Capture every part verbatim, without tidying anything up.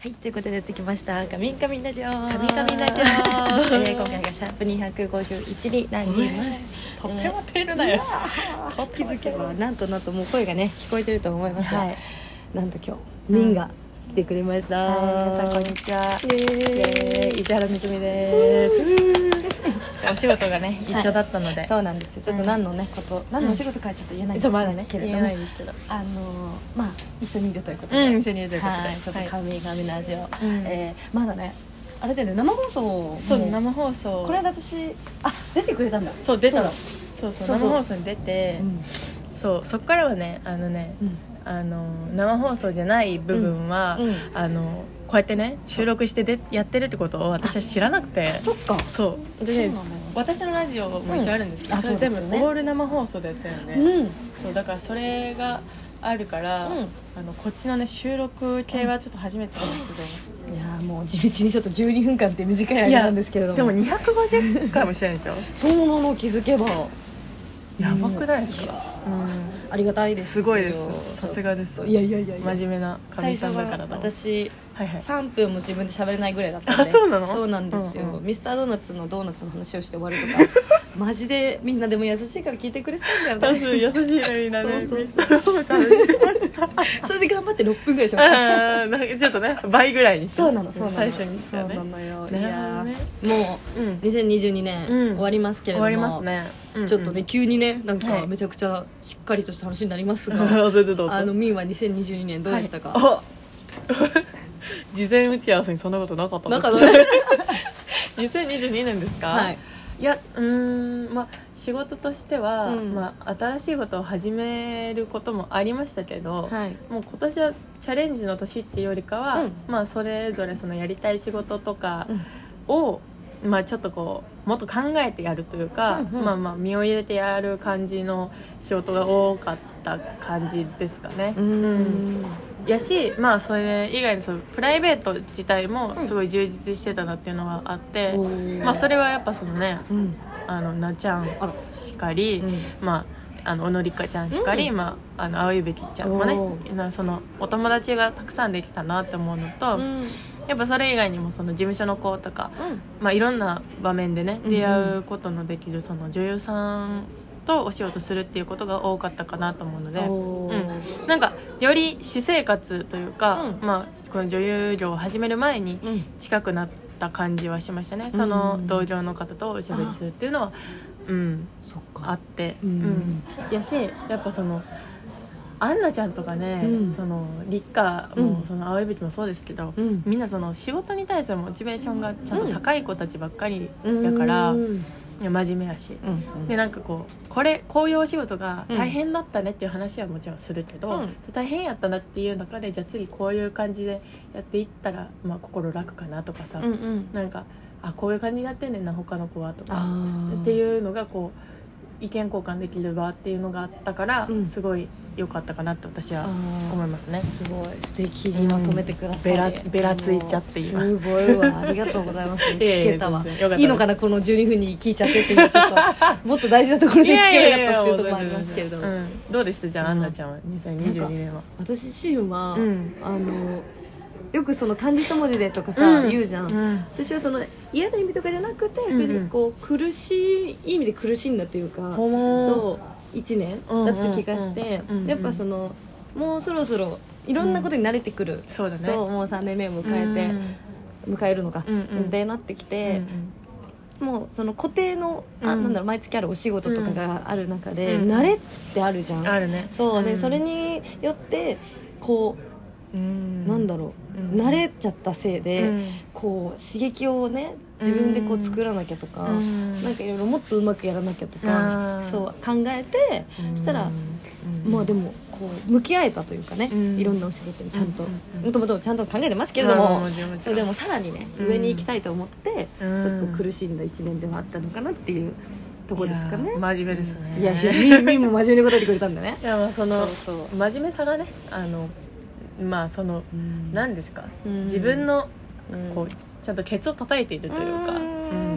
はい、ということでやってきましたカミンカミンラジオカミンカミンラジオ、 えー、今回がシャープにひゃくごじゅういちになります。 とってもテールだよ、 えー、気づけばなんとなんともう声がね聞こえてると思いますが、はい、なんと今日ミンが来てくれました、 うんはい、皆さんこんにちは、 イエーイ、 石原みつみですお仕事がね一緒だったので、 はい、そうなんですよ。ちょっと何のねこと、うん、何のお仕事かはちょっと言えないんですけれども、 言えないですけど、 あのまあ一緒にいるということで、 うん、一緒にいるということで、 はい、ちょっとカミカミラジオ、はい、えー、まだねあれだよね、生放送、 そう生放送、 これ私あ出てくれたんだ、 そう出たの、そうそう、生放送に出て、うん、そうそっからはねあのね、うん、あの生放送じゃない部分は、うんうん、あのこうやってね収録してでやってるってことを私は知らなくて、 そっか、 そうで、ね、私のラジオも一応あるんですけど、うん、それ全部、ね、オール生放送でやってるので、うん、そうだからそれがあるから、うん、あのこっちのね収録系はちょっと初めてなんですけど、 うん、いやもう地道にちょっとじゅうにふんかんって短い間なんですけれども、 でもにひゃくごじゅっかいもしてるんですよそうなの、気づけばやばくないですか、 うん、ありがたいです、 すごいです、さすがです。 いやいやいやいや、 真面目な神さんだからだ。 私、はいはい、さんぷんも自分で喋れないぐらいだったんで。 あ、そうなの？ そうなんですよ、うんうん、ミスタードーナツのドーナツの話をして終わるとかマジでみんなでも優しいから聞いてくれてたんだよね。 優しいのになねそうそうそうそれで頑張ってろっぷんぐらいしましたなんかちょっとね倍ぐらいにして、 そうなのそうなの、 最初にしてね、 そうなのよ、 ね、 いやもう、うん、にせんにじゅうにねん、うん、終わりますけれども、 終わりますね、うんうん、 ちょっとね急にねなんかめちゃくちゃしっかりとした話になりますが、はい、あのミンはにせんにじゅうにねんどうでしたか？ はい、事前打ち合わせにそんなことなかったんですかねにせんにじゅうにねんですか？ はい、 いや、うーん、まあ仕事としては、うんまあ、新しいことを始めることもありましたけど、はい、もう今年はチャレンジの年っていうよりかは、うんまあ、それぞれそのやりたい仕事とかを、うんまあ、ちょっとこうもっと考えてやるというか、うんうんまあ、まあ身を入れてやる感じの仕事が多かった感じですかね。うんうんやし、まあ、それ以外のそのプライベート自体もすごい充実してたなっていうのがあって、うんまあ、それはやっぱそのね、うん、あのなちゃんしかり、うんまあ、あのおのりかちゃんしかり、うんまあ、あの青いべきちゃんもねそのお友達がたくさんできたなって思うのと、うん、やっぱそれ以外にもその事務所の子とか、うんまあ、いろんな場面でね出会うことのできるその女優さんとお仕事するっていうことが多かったかなと思うので、うん、なんかより私生活というか、うんまあ、この女優業を始める前に近くなった感じはしましたね、うん、その同僚の方とおしゃべりするっていうのは、うん、そっかあって、うんうん、やしやっぱそのアンナちゃんとかね、うん、その立花も、うん、その青いべきもそうですけど、うん、みんなその仕事に対するモチベーションがちゃんと高い子たちばっかりやから、うん真面目やし、うんうん、でなんかこうこれこういうお仕事が大変だったねっていう話はもちろんするけど、うん、大変やったなっていう中でじゃあ次こういう感じでやっていったら、まあ、心楽かなとかさ、うんうん、なんかあこういう感じになってんねんな他の子はとかっていうのがこう意見交換できる場っていうのがあったから、うん、すごい良かったかなって私は思いますね。 すごい素敵にまとめてください、 うん、ベラベラついちゃって今すごいわありがとうございます聞けたわいいのかなこのじゅうにふんに聞いちゃってっていうちょっともっと大事なところで聞けなかったっていうところもありますけれども、うん、 どうでしたじゃあ、うん、アンナちゃんはにせんにじゅうにねんは。 私自身は、うん、あのよくその漢字一文字でとかさ、うん、言うじゃん、うん、私はその嫌な意味とかじゃなくて普通にこう苦しいいい意味で苦しんだというか、うん、そういちねんだった気がして、うんうんうん、やっぱそのもうそろそろいろんなことに慣れてくる、うん、そうだね、そうもうさんねんめを迎えて、うん、迎えるのか、うんうん、でなってきて、うんうん、もうその固定の、うん、あなんだろう毎月あるお仕事とかがある中で、うん、慣れってあるじゃん、 あるね、 そうで、うん、それによってこう、うん、なんだろう、うん、慣れちゃったせいで、うん、こう刺激をね自分でこう作らなきゃとか、うん、なんかいろいろもっとうまくやらなきゃとか、うん、そう考えて、うん、そしたら、うん、まあでもこう向き合えたというかね、うん、いろんなお仕事にちゃんと、もともとちゃんと考えてますけれども、それでもさらにね、うん、上に行きたいと思って、うん、ちょっと苦しんだいちねんではあったのかなっていうとこですかね。 真面目ですね。 いやいやみんも真面目に答えてくれたんだね。 いやまあそのそうそう真面目さがねあのまあその、うん、何ですか、うん、自分のこうちゃんとケツを叩いているというか、うん、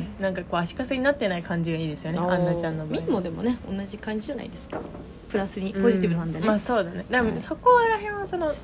なんかこう足かせになってない感じがいいですよね、アンナちゃんの場合。 みんもでもね同じ感じじゃないですか、プラスにポジティブなんでね、 うん、まあそうだね。でもそこら辺はその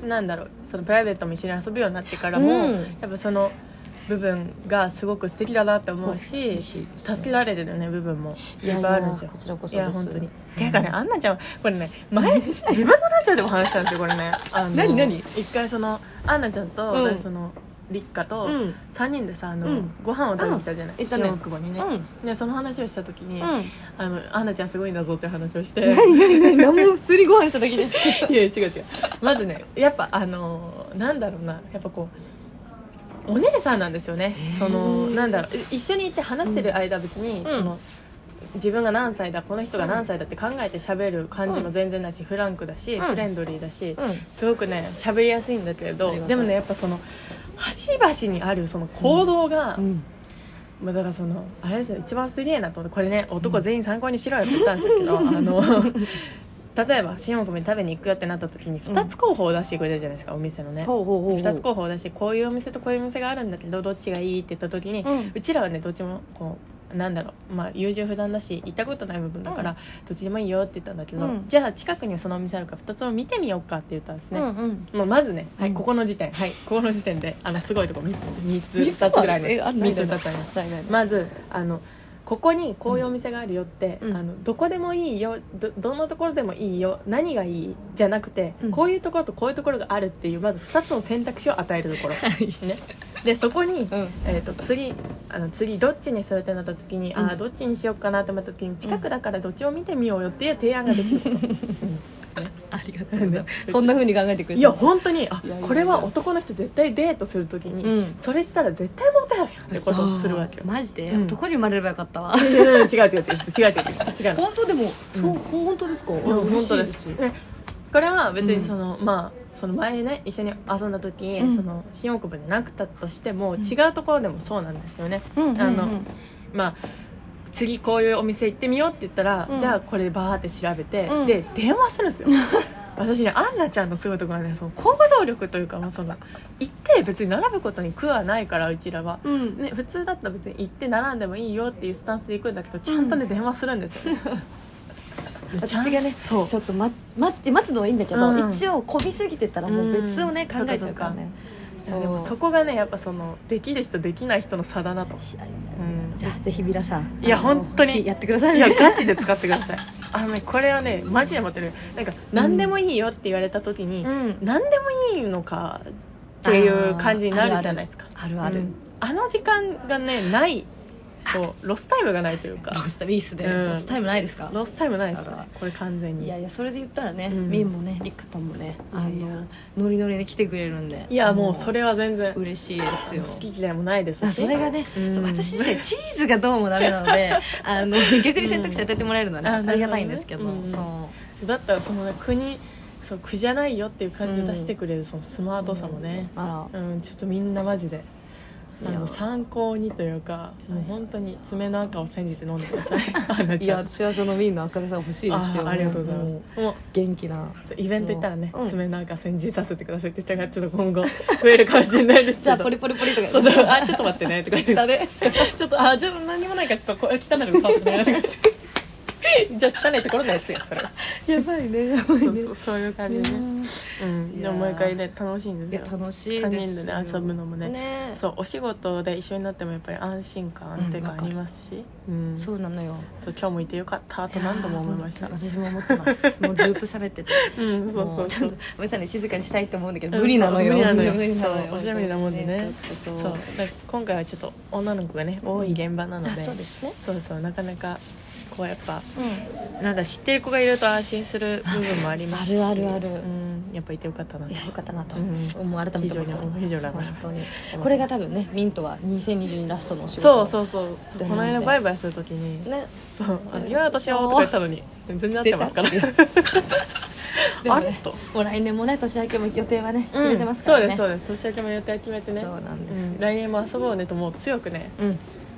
なんだろうそのプライベートも一緒に遊ぶようになってからも、うん、やっぱその部分がすごく素敵だなって思うし、助けられてるね部分もいっぱいあるんですよ。 こちらこそです。 いや本当に。ていうかね、アンナちゃんはこれね前自分のラジオでも話したんですよこれね。あの何何一回そのアンナちゃんと、うん、その立花とさんにんでさあの、うん、ご飯を食べに来たじゃない。新大久保にね、うん、でその話をした時に、うん、あのアンナちゃんすごいんだぞって話をして。 何何何何も普通にご飯した時です。 いや違う違う。まずねやっぱあのなんだろうなやっぱこう。お姉さんなんですよね。そのなんだろう一緒にいて話してる間別に、うん、その自分が何歳だこの人が何歳だって考えて喋る感じも全然ないし、うん、フランクだし、うん、フレンドリーだし、うん、すごくね喋りやすいんだけれど、でもねやっぱその端々にあるその行動が、うんまあ、だからそのあれですよ一番すげえなと思ってこれね男全員参考にしろよって言ったんですけど、うん、あの例えば新大久保に食べに行くよってなった時にふたつ候補を出してくれるじゃないですか、うん、お店のねふたつ候補を出してこういうお店とこういうお店があるんだけどどっちがいいって言った時に、うん、うちらはねどっちもこうなんだろう、まあ、優柔不断だし行ったことない部分だから、うん、どっちでもいいよって言ったんだけど、うん、じゃあ近くにそのお店あるからふたつも見てみようかって言ったんですね、うんうんまあ、まずね、はい、ここの時点、はい、ここの時点であのすごいとこみっつみっつぐらいのみっつだったのまずあのここにこういうお店があるよって、うん、あのどこでもいいよ ど, どんなところでもいいよ何がいいじゃなくて、うん、こういうところとこういうところがあるっていうまずふたつの選択肢を与えるところ、ね、でそこに、うんえー、と 次, あの次どっちにするってなった時に、うん、あどっちにしようかなって思った時に近くだからどっちを見てみようよっていう提案ができること、うんね、ありがとうございますそんな風に考えてくれたいや本当にあいやいやいやこれは男の人絶対デートするときに、うん、それしたら絶対モテるよってことをするわけよマジで、うん、男に生まれればよかったわ違う違う違う違う違う違う本当でも、うん、そう本当ですか、うん、 本当です、ね、これは別にその、うん、まあその前ね一緒に遊んだ時、うん、その新大久保じゃなくたとしても、うん、違うところでもそうなんですよね、うん、あの、うんうん、まあ次こういうお店行ってみようって言ったら、うん、じゃあこれバーって調べて、うん、で電話するんですよ私ねアンナちゃんのすごいところはねその行動力というかもうその行って別に並ぶことに苦はないからうちらは、うんね、普通だったら別に行って並んでもいいよっていうスタンスで行くんだけどちゃんとね、うん、電話するんですよ私がねちょっと、ま、待って待つのはいいんだけど、うん、一応混みすぎてたらもう別をね、うん、考えちゃうからねそうでもそこがねやっぱそのできる人できない人の差だなと。いやいやいや、 うん、じゃあぜひ皆さんいや本当にやってくださいね。 いやガチで使ってくださいあのねこれはねマジで持ってるなんか何でもいいよって言われた時に、うん、何でもいいのかっていう感じになるじゃないですか。 あるある、うん、 あの時間がねないそうロスタイムがないというかロスタイムいいっすね、うん、ロスタイムないですか。 ロスタイムないですねこれ完全に。 いやいやそれで言ったらね、うん、ミンもねリクタもねあのノリノリで来てくれるんでいやもうそれは全然嬉しいですよ。 好き嫌いもないですしそれがね、うん、私自身チーズがどうもダメなのであの逆に選択肢与えてもらえるのはね、うん、ありがたいんですけど、うん、 そうだったらその、ね、国そう苦じゃないよっていう感じを出してくれるそのスマートさもね、うんあらうん、ちょっとみんなマジであの参考にというかもう本当に爪の赤を煎じて飲んでくださいいや私はそのミンの明るさが欲しいですよ。 あ, ありがとうございます。もう元気なイベント行ったらね、うん、爪の赤煎じさせてくださいって言ったらちょっと今後増えるかもしれないですけどじゃあポリポリポリとかそうそうあちょっと待ってねとか言ってたねちょっとあちょっと何もないからちょっとこれ汚いの触ってねとか言ってじゃあ汚いところのやつやそれやばいねやばいねそうそうそういう感じでね、うん、でももう一回ね楽しいんですよ。 いや楽しいですよさんにんでね遊ぶのも ね, ねそうお仕事で一緒になってもやっぱり安心感っていうかありますし、 うんうん、そうなのよ。 そう今日もいてよかったと何度も思いました。 私も思ってますもうずっと喋っててうんそうそうちょっとごめんなさいね静かにしたいと思うんだけど、うん、無理なのよ無理なのよ無理なのよそうおしゃべりなもんでねそうそう今回はちょっと女の子がね多い現場なので、 うん、そうですねそうそうなかなかこうやっぱ、うん、なんだ知ってる子がいると安心する部分もありますしあるあるある、 うん、やっぱいてよかったなと。 いやよかったなと、うん、もう改めて思ってます非常に本当にこれが多分ねミントはにせんにじゅうにラストのお仕事そうそうそうこの間バイバイするときにねそうあの夜年をとか言ったのに全然なってますからでもねもう来年もね年明けも予定はね決めてますからね、 うん、そうですそうです年明けも予定は決めてねそうなんです、うん、来年も遊ぼうねともう強くね、うん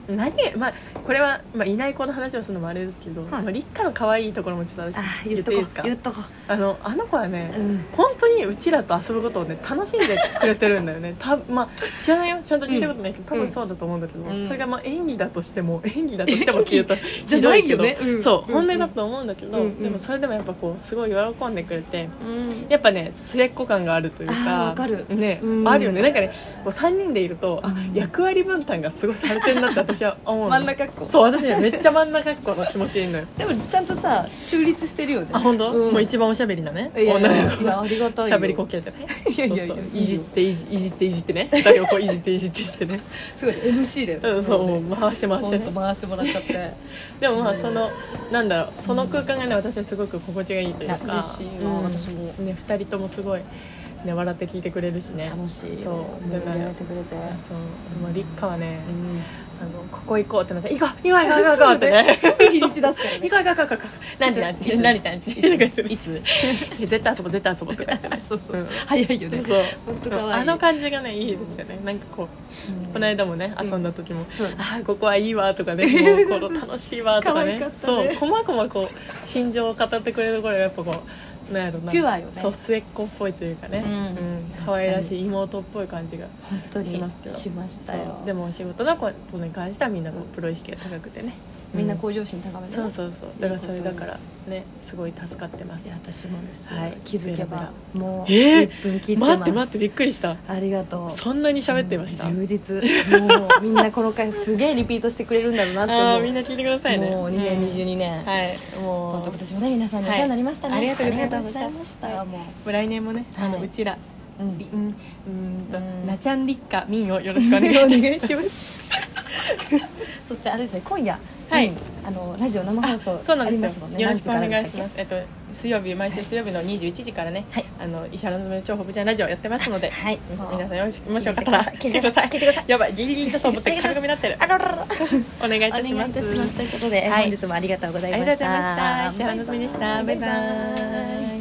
何まあこれは、まあ、いない子の話をするのもあれですけど、はい、まあ、立花の可愛いところもちょっと私言っていいですか。 言っとこあのあの子はね、うん、本当にうちらと遊ぶことをね楽しんでくれてるんだよねた、まあ、知らないよ、ちゃんと聞いたことないけど、うん、多分そうだと思うんだけど、うん、それがまあ演技だとしても演技だとしてもっていうとひどいけど、ね、うん、そう、うん、本音だと思うんだけど、うん、でもそれでもやっぱこうすごい喜んでくれて、うん、やっぱね末っ子感があるというか、 わかる、 ね、うん、あるよね。なんかねこうさんにんでいると、うん、あ役割分担がすごいされてるなって私は思うの。 真ん中っ子。 そう、私ねめっちゃ真ん中っ子の気持ちいいのよ。 でもちゃんとさ中立してるよね。 あ、本当、うん、もう一番おしゃべりなね。 いやいやいやありがたいよ。 しゃべりこきやってね。 いやいやいやいじっていじいじっていじってね。二人をこういじっていじってしてね。 すごい エムシー だよ。 うん、そう、もう回して回してね。 本当回してもらっちゃって。 でもまあそのなんだろう、その空間がね私はすごく心地がいいというか。 嬉しいわ、うん、私もね二人ともすごい。ね、笑って聞いてくれるしね。 楽しい。 そうでもね、てくれて、 そう、もう立花はね、うん、あのここ行こうってなって行こう行こう行こう行こうってね、 すぐ日にち出すからね。 行こう行こう行こう行こう。何時何時何時何時いつ絶対遊ぼう絶対遊ぼうとか言ってね。 そうそう、早いよね。 そう、本当可愛い。あの感じがねいいですよね。なんかこうこの間もね遊んだ時も、あここはいいわとかね、もうこの楽しいわとかね、そうこまこまこう心情を語ってくれるところがやっぱこう。なんやろな、 ピュアよね。 そう末っ子っぽいというかね、うんうん、可愛らしい妹っぽい感じがしますよ。 しましたよ。 でもお仕事のことに関してはみんなプロ意識が高くてね、 みんな向上心高めて、ね、 そうそうそう、だからそれだからねすごい助かってます。 いや私もです、はい、気づけばもういっぷん切ってます。 待って待ってびっくりした。 ありがとう。 そんなに喋ってました。 充実。もうみんなこの回すげえリピートしてくれるんだろうなって思う。 あみんな聞いてくださいね。 もうにせんにじゅうにねん、 うん、はいもう本当今年もね皆さんにお世話になりましたね、はい、 ありがとうございました。もう来年もね、はい、あのうちらうん、うん、と、 うん、 なちゃん立花みんをよろしくお願いしますそしてあれですね、今夜はい、 うん、あのラジオ生放送そうなんですよ、 ありますもんね。 よろしくお願いします。えっと水曜日毎週水曜日のにじゅういちじからね、はい、あの石原のぞみの超ホブちゃんラジオやってますので、はい、皆さんよろしくもしよかったら聞いてください。聞いてください。やばいギリギリだと思って髪髪になってる。あらららお願いいたします。 ということで、はい、本日もありがとうございました。 ありがとうございました。石原のぞみでした。バイバイ。